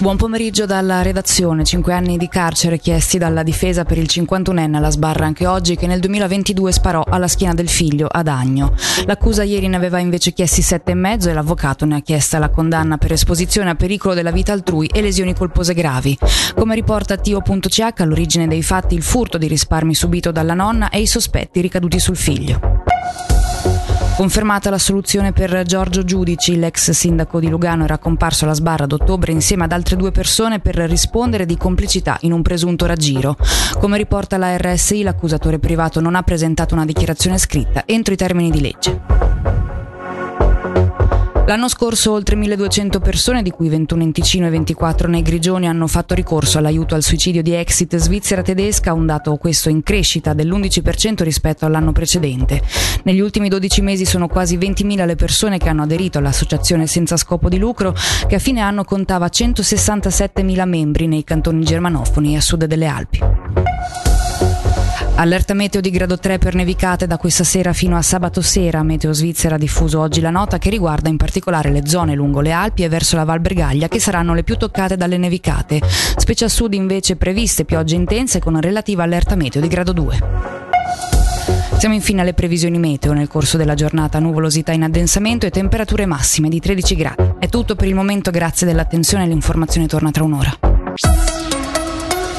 Buon pomeriggio dalla redazione. 5 anni di carcere chiesti dalla difesa per il 51enne alla sbarra anche oggi, che nel 2022 sparò alla schiena del figlio ad Agno. L'accusa ieri ne aveva invece chiesti 7,5 e l'avvocato ne ha chiesta la condanna per esposizione a pericolo della vita altrui e lesioni colpose gravi. Come riporta Tio.ch, all'origine dei fatti il furto di risparmi subito dalla nonna e i sospetti ricaduti sul figlio. Confermata la soluzione per Giorgio Giudici, l'ex sindaco di Lugano era comparso alla sbarra ad ottobre insieme ad altre 2 persone per rispondere di complicità in un presunto raggiro. Come riporta la RSI, l'accusatore privato non ha presentato una dichiarazione scritta entro i termini di legge. L'anno scorso oltre 1200 persone, di cui 21 in Ticino e 24 nei Grigioni, hanno fatto ricorso all'aiuto al suicidio di Exit Svizzera Tedesca, un dato questo in crescita dell'11% rispetto all'anno precedente. Negli ultimi 12 mesi sono quasi 20.000 le persone che hanno aderito all'associazione senza scopo di lucro, che a fine anno contava 167.000 membri nei cantoni germanofoni e a sud delle Alpi. Allerta meteo di grado 3 per nevicate da questa sera fino a sabato sera. Meteo Svizzera ha diffuso oggi la nota che riguarda in particolare le zone lungo le Alpi e verso la Val Bregaglia, che saranno le più toccate dalle nevicate. Specie a sud invece previste piogge intense con relativa allerta meteo di grado 2. Siamo infine alle previsioni meteo. Nel corso della giornata nuvolosità in addensamento e temperature massime di 13 gradi. È tutto per il momento, grazie dell'attenzione e l'informazione torna tra un'ora.